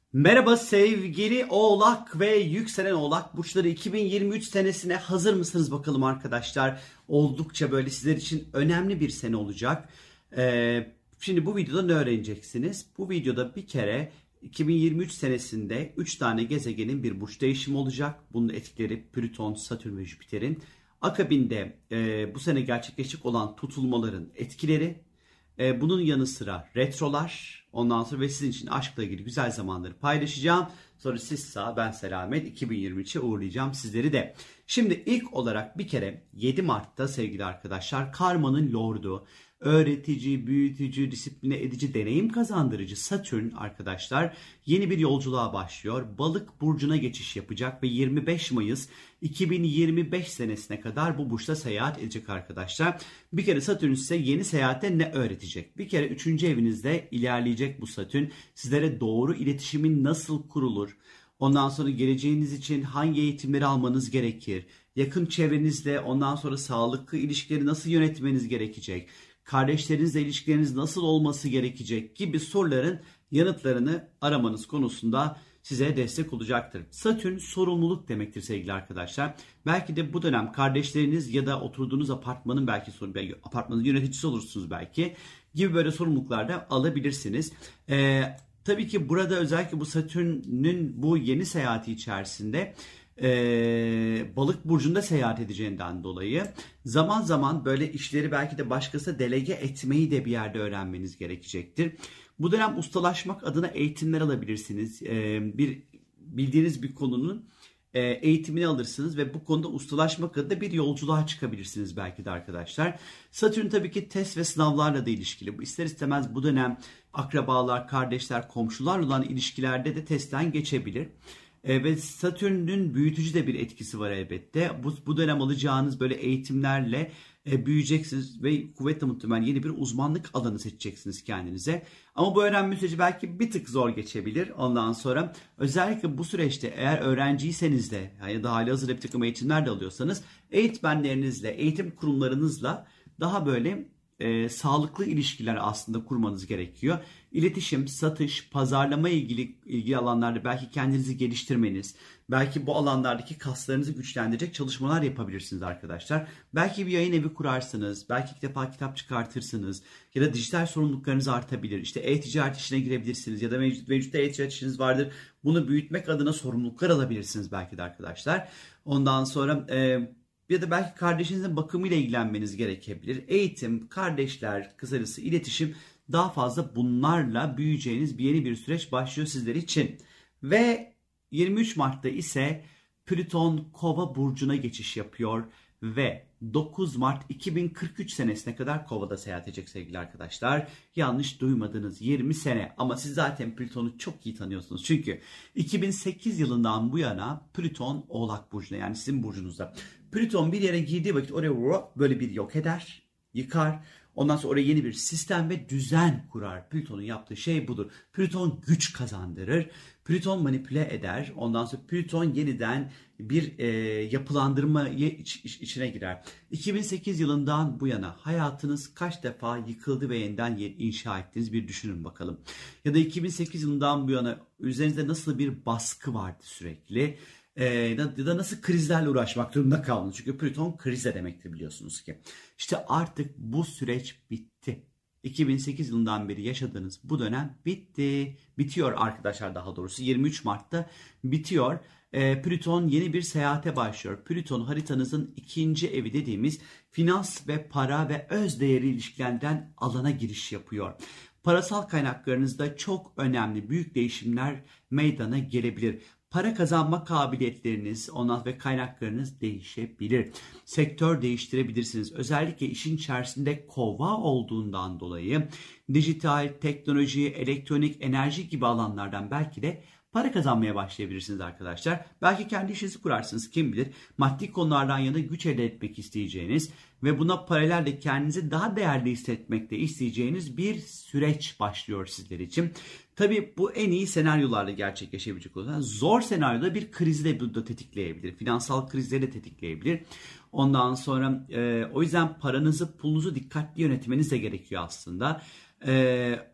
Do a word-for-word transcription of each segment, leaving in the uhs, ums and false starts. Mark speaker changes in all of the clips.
Speaker 1: Merhaba sevgili Oğlak ve yükselen Oğlak burçları, iki bin yirmi üç senesine hazır mısınız bakalım arkadaşlar? Oldukça böyle sizler için önemli bir sene olacak. Ee, şimdi bu videoda ne öğreneceksiniz? Bu videoda bir kere iki bin yirmi üç senesinde üç tane gezegenin bir burç değişimi olacak. Bunun etkileri Plüton, Satürn ve Jüpiter'in. Akabinde e, bu sene gerçekleşecek olan tutulmaların etkileri. E, bunun yanı sıra retrolar, ondan sonra ve sizin için aşkla ilgili güzel zamanları paylaşacağım. Sonra siz sağ, ben selamet, iki bin yirmi üçe uğurlayacağım sizleri de. Şimdi ilk olarak bir kere yedi Mart'ta sevgili arkadaşlar, karmanın lordu, öğretici, büyütücü, disipline edici, deneyim kazandırıcı Satürn arkadaşlar yeni bir yolculuğa başlıyor. Balık burcuna geçiş yapacak ve yirmi beş Mayıs iki bin yirmi beş senesine kadar bu burçta seyahat edecek arkadaşlar. Bir kere Satürn size yeni seyahate ne öğretecek? Bir kere üçüncü evinizde ilerleyecek bu Satürn. Sizlere doğru iletişimin nasıl kurulur? Ondan sonra geleceğiniz için hangi eğitimleri almanız gerekir? Yakın çevrenizle ondan sonra sağlıklı ilişkileri nasıl yönetmeniz gerekecek? Kardeşlerinizle ilişkileriniz nasıl olması gerekecek gibi soruların yanıtlarını aramanız konusunda size destek olacaktır. Satürn sorumluluk demektir sevgili arkadaşlar. Belki de bu dönem kardeşleriniz ya da oturduğunuz apartmanın belki apartmanın yöneticisi olursunuz belki gibi böyle sorumluluklar da alabilirsiniz. Ee, tabii ki burada özellikle bu Satürn'ün bu yeni seyahati içerisinde Ee, balık burcunda seyahat edeceğinden dolayı zaman zaman böyle işleri belki de başkasına delege etmeyi de bir yerde öğrenmeniz gerekecektir. Bu dönem ustalaşmak adına eğitimler alabilirsiniz. Ee, bir bildiğiniz bir konunun e, eğitimini alırsınız ve bu konuda ustalaşmak adına bir yolculuğa çıkabilirsiniz belki de arkadaşlar. Satürn tabii ki test ve sınavlarla da ilişkili. Bu ister istemez bu dönem akrabalar, kardeşler, komşularla olan ilişkilerde de testten geçebilir. E, ve Satürn'ün büyütücü de bir etkisi var elbette. Bu, bu dönem alacağınız böyle eğitimlerle e, büyüyeceksiniz ve kuvvetle muhtemelen yeni bir uzmanlık alanı seçeceksiniz kendinize. Ama bu öğrenme süreci belki bir tık zor geçebilir. Ondan sonra özellikle bu süreçte eğer öğrenciyseniz de yani daha hali hazırda bir takım eğitimler de alıyorsanız eğitmenlerinizle, eğitim kurumlarınızla daha böyle E, sağlıklı ilişkiler aslında kurmanız gerekiyor. İletişim, satış, pazarlama ilgili ilgili alanlarda belki kendinizi geliştirmeniz, belki bu alanlardaki kaslarınızı güçlendirecek çalışmalar yapabilirsiniz arkadaşlar. Belki bir yayın evi kurarsınız, belki ilk defa kitap çıkartırsınız ya da dijital sorumluluklarınız artabilir. İşte e-ticaret işine girebilirsiniz ya da mevcut, mevcutta e-ticaret işiniz vardır. Bunu büyütmek adına sorumluluklar alabilirsiniz belki de arkadaşlar. Ondan sonra e, ya da belki kardeşinizin bakımıyla ilgilenmeniz gerekebilir. Eğitim, kardeşler, kısacası iletişim, daha fazla bunlarla büyüyeceğiniz bir yeni bir süreç başlıyor sizler için. Ve yirmi üç Mart'ta ise Plüton Kova burcuna geçiş yapıyor ve dokuz Mart iki bin kırk üç senesine kadar Kova'da seyahat edecek sevgili arkadaşlar. Yanlış duymadınız, yirmi sene, ama siz zaten Plüton'u çok iyi tanıyorsunuz. Çünkü iki bin sekiz yılından bu yana Plüton Oğlak burcunda, yani sizin burcunuzda. Plüton bir yere girdiği vakit oraya böyle bir yok eder, yıkar. Ondan sonra oraya yeni bir sistem ve düzen kurar. Plüton'un yaptığı şey budur. Plüton güç kazandırır. Plüton manipüle eder. Ondan sonra Plüton yeniden bir e, yapılandırma iç, iç, içine girer. iki bin sekiz yılından bu yana hayatınız kaç defa yıkıldı ve yeniden inşa ettiğiniz bir düşünün bakalım. Ya da iki bin sekiz yılından bu yana üzerinizde nasıl bir baskı vardı sürekli. Ee, ya da nasıl krizlerle uğraşmak durumunda kaldınız. Çünkü Plüton kriz de demektir biliyorsunuz ki. İşte artık bu süreç bitti. iki bin sekiz yılından beri yaşadığınız bu dönem bitti. Bitiyor arkadaşlar, daha doğrusu yirmi üç Mart'ta bitiyor. Ee, Plüton yeni bir seyahate başlıyor. Plüton haritanızın ikinci evi dediğimiz finans ve para ve öz değeri ilişkilendiren alana giriş yapıyor. Parasal kaynaklarınızda çok önemli büyük değişimler meydana gelebilir. Para kazanma kabiliyetleriniz, ondan ve kaynaklarınız değişebilir. Sektör değiştirebilirsiniz. Özellikle işin içerisinde kova olduğundan dolayı dijital, teknoloji, elektronik, enerji gibi alanlardan belki de para kazanmaya başlayabilirsiniz arkadaşlar. Belki kendi işinizi kurarsınız, kim bilir. Maddi konulardan yana güç elde etmek isteyeceğiniz ve buna paralel de kendinizi daha değerli hissetmekte isteyeceğiniz bir süreç başlıyor sizler için. Tabii bu en iyi senaryolarda gerçekleşebilecek olan, zor senaryoda bir krizi de burada tetikleyebilir. Finansal krizleri de tetikleyebilir. Ondan sonra e, o yüzden paranızı, pulunuzu dikkatli yönetmeniz de gerekiyor aslında. E,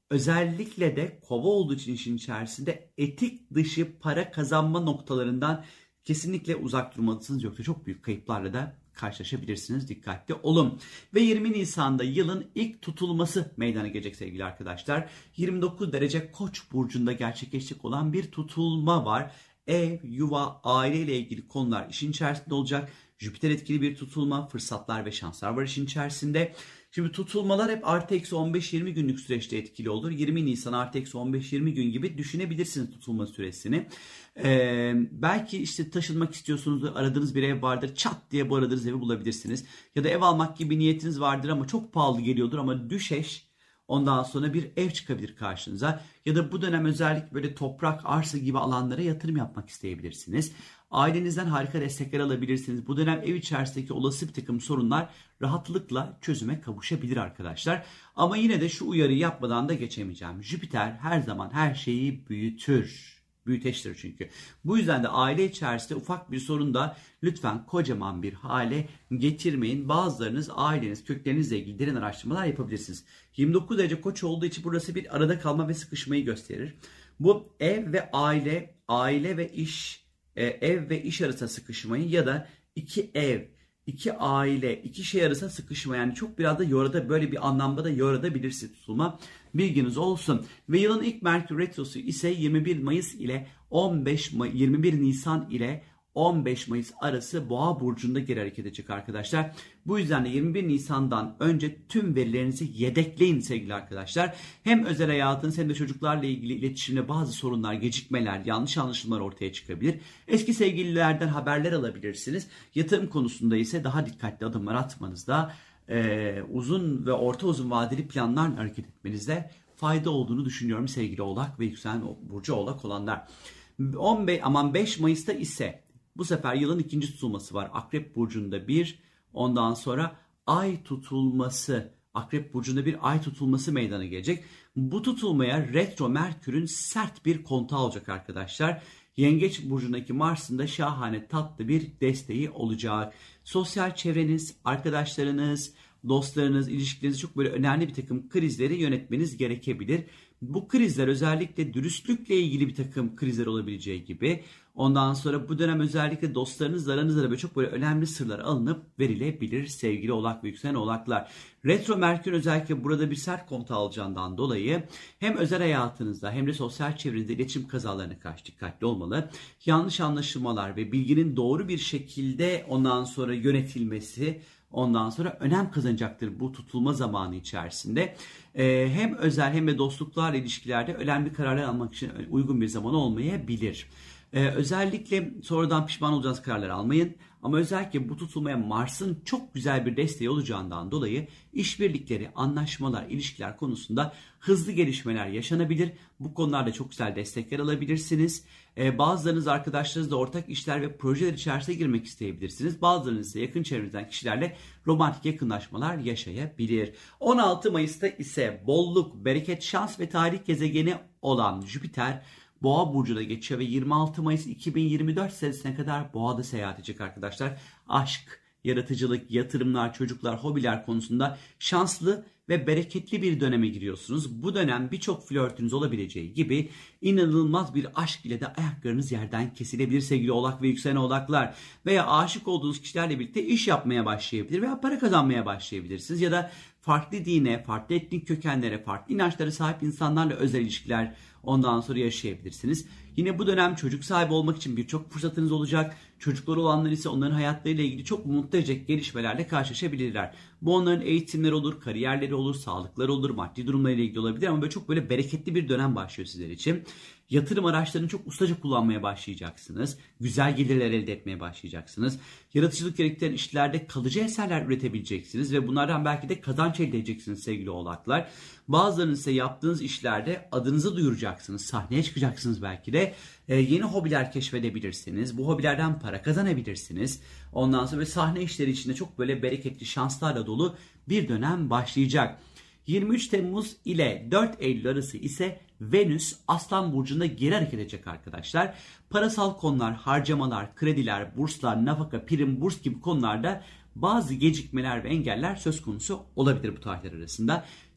Speaker 1: Özellikle de kova olduğu için işin içerisinde etik dışı para kazanma noktalarından kesinlikle uzak durmalısınız. Yoksa çok büyük kayıplarla da karşılaşabilirsiniz. Dikkatli olun. Ve yirmi Nisan'da yılın ilk tutulması meydana gelecek sevgili arkadaşlar. yirmi dokuz derece Koç burcunda gerçekleşecek olan bir tutulma var. Ev, yuva, aile ile ilgili konular işin içerisinde olacak. Jüpiter etkili bir tutulma, fırsatlar ve şanslar var işin içerisinde. Şimdi tutulmalar hep artı eksi on beş yirmi günlük süreçte etkili olur. yirmi Nisan artı eksi on beş yirmi gün gibi düşünebilirsiniz tutulma süresini. Ee, belki işte taşınmak istiyorsunuz, aradığınız bir ev vardır. Çat diye bu aradığınız evi bulabilirsiniz. Ya da ev almak gibi niyetiniz vardır ama çok pahalı geliyordur ama düşeş. Ondan sonra bir ev çıkabilir karşınıza. Ya da bu dönem özellikle böyle toprak, arsa gibi alanlara yatırım yapmak isteyebilirsiniz. Ailenizden harika destekler alabilirsiniz. Bu dönem ev içerisindeki olası bir takım sorunlar rahatlıkla çözüme kavuşabilir arkadaşlar. Ama yine de şu uyarıyı yapmadan da geçemeyeceğim. Jüpiter her zaman her şeyi büyütür. Büyüteçtir çünkü. Bu yüzden de aile içerisinde ufak bir sorun da lütfen kocaman bir hale getirmeyin. Bazılarınız aileniz, köklerinizle ilgili derin araştırmalar yapabilirsiniz. yirmi dokuz derece Koç olduğu için burası bir arada kalma ve sıkışmayı gösterir. Bu ev ve aile, aile ve iş, ev ve iş arasında sıkışmayı ya da iki ev, iki aile, iki şey arasında sıkışma, yani çok biraz da yorada, böyle bir anlamda da yoradabilirsiniz tutulma. Bilginiz olsun. Ve yılın ilk Merkür Retrosu ise yirmi bir Mayıs ile on beş May- yirmi bir Nisan ile on beş Mayıs arası Boğa burcunda geri hareket edecek arkadaşlar. Bu yüzden de yirmi bir Nisan'dan önce tüm verilerinizi yedekleyin sevgili arkadaşlar. Hem özel hayatınız hem de çocuklarla ilgili iletişimde bazı sorunlar, gecikmeler, yanlış anlaşılmalar ortaya çıkabilir. Eski sevgililerden haberler alabilirsiniz. Yatırım konusunda ise daha dikkatli adımlar atmanızda, e, uzun ve orta uzun vadeli planlarla hareket etmenizde fayda olduğunu düşünüyorum sevgili Oğlak ve yükselen burcu Oğlak olanlar. on beş aman beş Mayıs'ta ise bu sefer yılın ikinci tutulması var. Akrep burcunda bir, ondan sonra ay tutulması, Akrep burcunda bir ay tutulması meydana gelecek. Bu tutulmaya retro Merkür'ün sert bir kontağı olacak arkadaşlar. Yengeç burcundaki Mars'ın da şahane tatlı bir desteği olacak. Sosyal çevreniz, arkadaşlarınız, dostlarınız, ilişkileriniz çok böyle önemli bir takım krizleri yönetmeniz gerekebilir. Bu krizler özellikle dürüstlükle ilgili bir takım krizler olabileceği gibi, ondan sonra bu dönem özellikle dostlarınızla aranızda da böyle çok böyle önemli sırlar alınıp verilebilir sevgili Oğlak ve yükselen Oğlaklar. Retro Merkür özellikle burada bir sert kontağı alacağından dolayı hem özel hayatınızda hem de sosyal çevrenizde iletişim kazalarına karşı dikkatli olmalı. Yanlış anlaşılmalar ve bilginin doğru bir şekilde ondan sonra yönetilmesi ondan sonra önem kazanacaktır bu tutulma zamanı içerisinde. Ee, hem özel hem de dostluklarla ilişkilerde önemli kararlar almak için uygun bir zaman olmayabilir. Ee, özellikle sonradan pişman olacağınız kararlar almayın. Ama özellikle bu tutulmaya Mars'ın çok güzel bir desteği olacağından dolayı işbirlikleri, anlaşmalar, ilişkiler konusunda hızlı gelişmeler yaşanabilir. Bu konularda çok güzel destekler alabilirsiniz. Ee, bazılarınız arkadaşlarınızla ortak işler ve projeler içerisine girmek isteyebilirsiniz. Bazılarınız ise yakın çevrenizden kişilerle romantik yakınlaşmalar yaşayabilir. on altı Mayıs'ta ise bolluk, bereket, şans ve tarih gezegeni olan Jüpiter Boğa burcuna geçiyor ve yirmi altı Mayıs iki bin yirmi dört senesine kadar Boğa'da seyahat edecek arkadaşlar. Aşk, yaratıcılık, yatırımlar, çocuklar, hobiler konusunda şanslı ve bereketli bir döneme giriyorsunuz. Bu dönem birçok flörtünüz olabileceği gibi inanılmaz bir aşk ile de ayaklarınız yerden kesilebilir sevgili Oğlak ve yükselen Oğlaklar. Veya aşık olduğunuz kişilerle birlikte iş yapmaya başlayabilir veya para kazanmaya başlayabilirsiniz. Ya da farklı dine, farklı etnik kökenlere, farklı inançlara sahip insanlarla özel ilişkiler ondan sonra yaşayabilirsiniz. Yine bu dönem çocuk sahibi olmak için birçok fırsatınız olacak. Çocukları olanlar ise onların hayatlarıyla ilgili çok mutlu edecek gelişmelerle karşılaşabilirler. Bu onların eğitimleri olur, kariyerleri olur, sağlıkları olur, maddi durumlarıyla ilgili olabilir ama böyle çok böyle bereketli bir dönem başlıyor sizler için. Yatırım araçlarını çok ustaca kullanmaya başlayacaksınız. Güzel gelirler elde etmeye başlayacaksınız. Yaratıcılık gerektiren işlerde kalıcı eserler üretebileceksiniz ve bunlardan belki de kazanç elde edeceksiniz sevgili Oğlaklar. Bazılarınız ise yaptığınız işlerde adınızı duyuracaksınız. Sahneye çıkacaksınız belki de. Ee, yeni hobiler keşfedebilirsiniz. Bu hobilerden para kazanabilirsiniz. Ondan sonra sahne işleri içinde çok böyle bereketli şanslarla dolu bir dönem başlayacak. yirmi üç Temmuz ile dört Eylül arası ise Venüs Aslan burcunda geri hareket edecek arkadaşlar. Parasal konular, harcamalar, krediler, burslar, nafaka, prim, burs gibi konularda bazı gecikmeler ve engeller söz konusu olabilir bu tarihler arasında.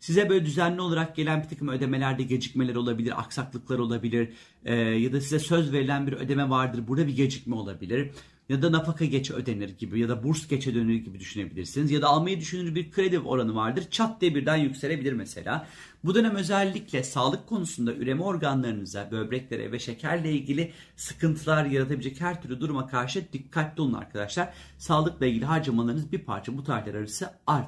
Speaker 1: Size böyle düzenli olarak gelen bir takım ödemelerde gecikmeler olabilir, aksaklıklar olabilir. Ee, ya da size söz verilen bir ödeme vardır, burada bir gecikme olabilir. Ya da nafaka geç ödenir gibi ya da burs geç ödenir gibi düşünebilirsiniz. Ya da almayı düşündüğünüz bir kredi oranı vardır. Çat diye birden yükselebilir mesela. Bu dönem özellikle sağlık konusunda üreme organlarınıza, böbreklere ve şekerle ilgili sıkıntılar yaratabilecek her türlü duruma karşı dikkatli olun arkadaşlar. Sağlıkla ilgili harcamalarınız bir parça bu tarihler arası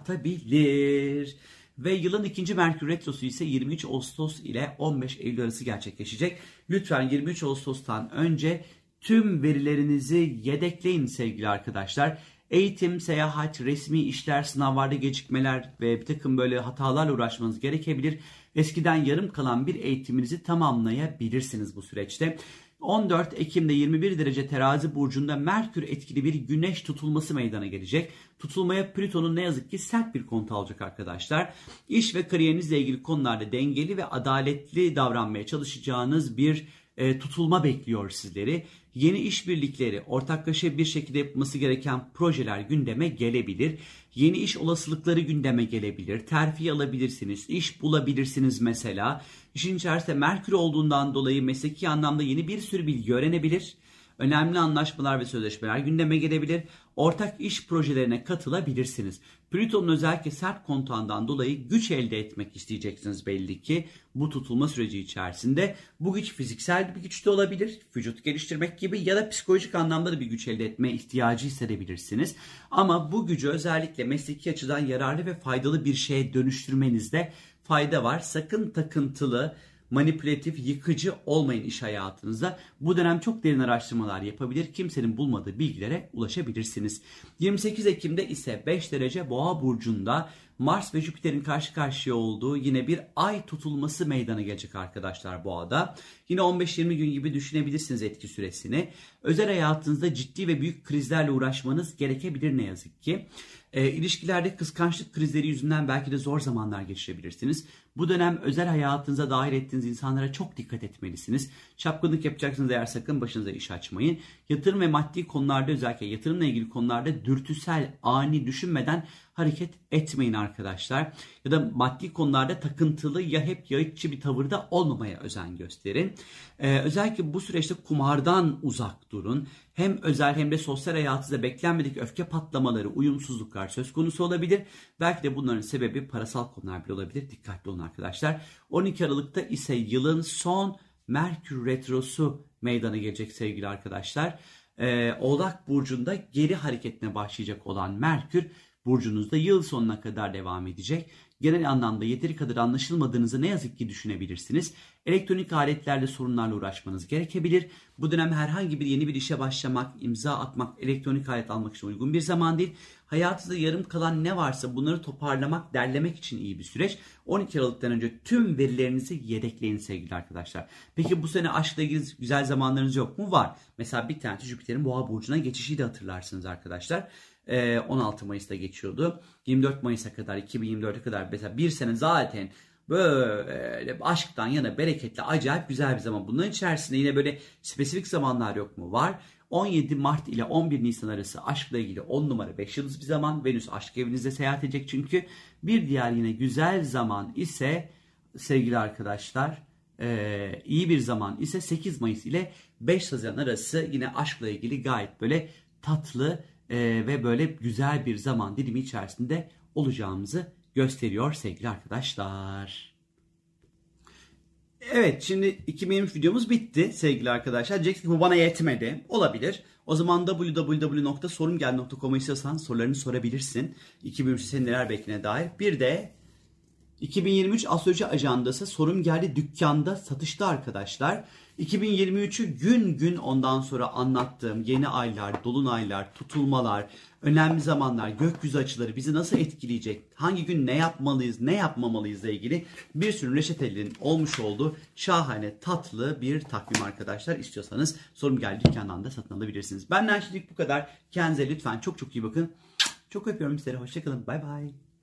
Speaker 1: artabilir. Ve yılın ikinci Merkür Retrosu ise yirmi üç Ağustos ile on beş Eylül arası gerçekleşecek. Lütfen yirmi üç Ağustos'tan önce tüm verilerinizi yedekleyin sevgili arkadaşlar. Eğitim, seyahat, resmi işler, sınavlarda gecikmeler ve bir takım böyle hatalarla uğraşmanız gerekebilir. Eskiden yarım kalan bir eğitiminizi tamamlayabilirsiniz bu süreçte. on dört Ekim'de yirmi bir derece Terazi burcunda Merkür etkili bir güneş tutulması meydana gelecek. Tutulmaya Plüton'un ne yazık ki sert bir kontu alacak arkadaşlar. İş ve kariyerinizle ilgili konularda dengeli ve adaletli davranmaya çalışacağınız bir e, tutulma bekliyor sizleri. Yeni işbirlikleri, ortaklaşa bir şekilde yapılması gereken projeler gündeme gelebilir. Yeni iş olasılıkları gündeme gelebilir. Terfi alabilirsiniz, iş bulabilirsiniz mesela. İşin içerisinde Merkür olduğundan dolayı mesleki anlamda yeni bir sürü bilgi öğrenebilir. Önemli anlaşmalar ve sözleşmeler gündeme gelebilir. Ortak iş projelerine katılabilirsiniz. Plüton'un özellikle sert kontağından dolayı güç elde etmek isteyeceksiniz belli ki bu tutulma süreci içerisinde. Bu güç fiziksel bir güç de olabilir, vücut geliştirmek gibi ya da psikolojik anlamda da bir güç elde etme ihtiyacı hissedebilirsiniz. Ama bu gücü özellikle mesleki açıdan yararlı ve faydalı bir şeye dönüştürmenizde fayda var. Sakın takıntılı, manipülatif, yıkıcı olmayın iş hayatınızda. Bu dönem çok derin araştırmalar yapabilir, kimsenin bulmadığı bilgilere ulaşabilirsiniz. yirmi sekiz Ekim'de ise beş derece Boğa burcunda Mars ve Jüpiter'in karşı karşıya olduğu yine bir ay tutulması meydana gelecek arkadaşlar Boğa'da. Yine on beş yirmi gün gibi düşünebilirsiniz etki süresini. Özel hayatınızda ciddi ve büyük krizlerle uğraşmanız gerekebilir ne yazık ki. E, ilişkilerde kıskançlık krizleri yüzünden belki de zor zamanlar geçirebilirsiniz. Bu dönem özel hayatınıza dahil ettiğiniz insanlara çok dikkat etmelisiniz. Çapkınlık yapacaksınız eğer sakın başınıza iş açmayın. Yatırım ve maddi konularda özellikle yatırımla ilgili konularda dürtüsel, ani düşünmeden hareket etmeyin arkadaşlar. Ya da maddi konularda takıntılı ya hep yayıkçı bir tavırda olmamaya özen gösterin. Ee, özellikle bu süreçte kumardan uzak durun. Hem özel hem de sosyal hayatınızda beklenmedik öfke patlamaları, uyumsuzluklar söz konusu olabilir. Belki de bunların sebebi parasal konular bile olabilir. Dikkatli olun arkadaşlar. on iki Aralık'ta ise yılın son Merkür Retrosu meydana gelecek sevgili arkadaşlar. Ee, Oğlak Burcu'nda geri hareketine başlayacak olan Merkür burcunuzda yıl sonuna kadar devam edecek. Genel anlamda yeteri kadar anlaşılmadığınızı ne yazık ki düşünebilirsiniz. Elektronik aletlerle sorunlarla uğraşmanız gerekebilir. Bu dönem herhangi bir yeni bir işe başlamak, imza atmak, elektronik alet almak için uygun bir zaman değil. Hayatınızda yarım kalan ne varsa bunları toparlamak, derlemek için iyi bir süreç. on iki Aralık'tan önce tüm verilerinizi yedekleyin sevgili arkadaşlar. Peki bu sene aşkla ilgili güzel zamanlarınız yok mu? Var. Mesela bir tanesi Jüpiter'in Boğa burcuna geçişi de hatırlarsınız arkadaşlar. on altı Mayıs'ta geçiyordu. yirmi dört Mayıs'a kadar, iki bin yirmi dört'e kadar mesela bir sene zaten böyle aşktan yana bereketli, acayip güzel bir zaman. Bunların içerisinde yine böyle spesifik zamanlar yok mu? Var. on yedi Mart ile on bir Nisan arası aşkla ilgili on numara beş yıldız bir zaman. Venüs aşk evinizde seyahat edecek çünkü. Bir diğer yine güzel zaman ise sevgili arkadaşlar e, iyi bir zaman ise sekiz Mayıs ile beş Haziran arası yine aşkla ilgili gayet böyle tatlı e, ve böyle güzel bir zaman dilimi içerisinde olacağımızı gösteriyor sevgili arkadaşlar. Evet, şimdi iki bin yirmi üç videomuz bitti sevgili arkadaşlar. Diyeceksiniz ki bu bana yetmedi. Olabilir. O zaman double-u double-u double-u nokta sorumgel nokta com'a istiyorsan sorularını sorabilirsin. iki bin yirmi üç senin neler beklediğine dair. Bir de iki bin yirmi üç Astroloji Ajandası Sorum Geldi dükkanda satışta arkadaşlar. iki bin yirmi üç'ü gün gün ondan sonra anlattığım yeni aylar, dolunaylar, tutulmalar, önemli zamanlar, gökyüzü açıları bizi nasıl etkileyecek, hangi gün ne yapmalıyız, ne yapmamalıyızla ilgili bir sürü reçetelerin olmuş olduğu şahane, tatlı bir takvim arkadaşlar. İstiyorsanız Sorum Geldi dükkandan da satın alabilirsiniz. Benden şimdilik bu kadar. Kendinize lütfen çok çok iyi bakın. Çok öpüyorum sizleri. Hoşçakalın. Bay bay.